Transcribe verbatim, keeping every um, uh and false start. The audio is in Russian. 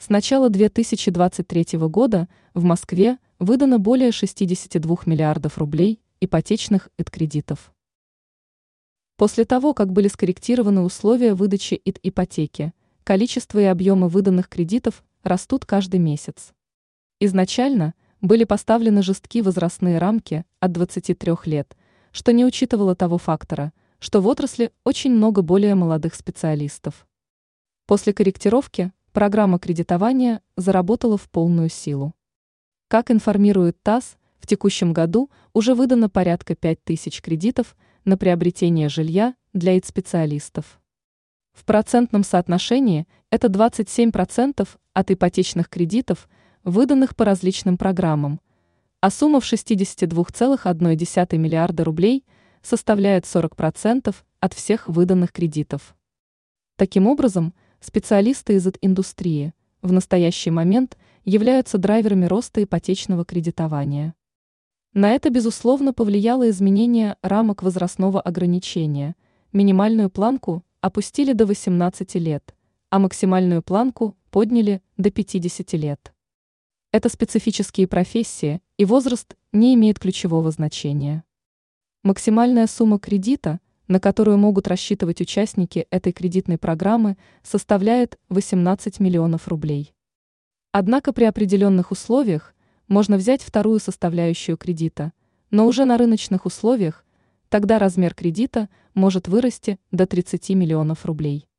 С начала две тысячи двадцать третьего года в Москве выдано более шестидесяти двух миллиардов рублей ипотечных кредитов. После того, как были скорректированы условия выдачи ипотеки, количество и объемы выданных кредитов растут каждый месяц. Изначально были поставлены жесткие возрастные рамки от двадцати трёх лет, что не учитывало того фактора, что в отрасли очень много более молодых специалистов. После корректировки программа кредитования заработала в полную силу. Как информирует ТАСС, в текущем году уже выдано порядка пяти тысяч кредитов на приобретение жилья для специалистов. В процентном соотношении это двадцать семь процентов от ипотечных кредитов, выданных по различным программам, а сумма в шестидесяти двух целых одной десятой миллиарда рублей составляет сорок процентов от всех выданных кредитов. Таким образом, специалисты из индустрии в настоящий момент являются драйверами роста ипотечного кредитования. На это, безусловно, повлияло изменение рамок возрастного ограничения. Минимальную планку опустили до восемнадцати лет, а максимальную планку подняли до пятидесяти лет. Это специфические профессии, и возраст не имеет ключевого значения. Максимальная сумма кредита, на которую могут рассчитывать участники этой кредитной программы, составляет восемнадцать миллионов рублей. Однако при определенных условиях можно взять вторую составляющую кредита, но уже на рыночных условиях, тогда размер кредита может вырасти до тридцати миллионов рублей.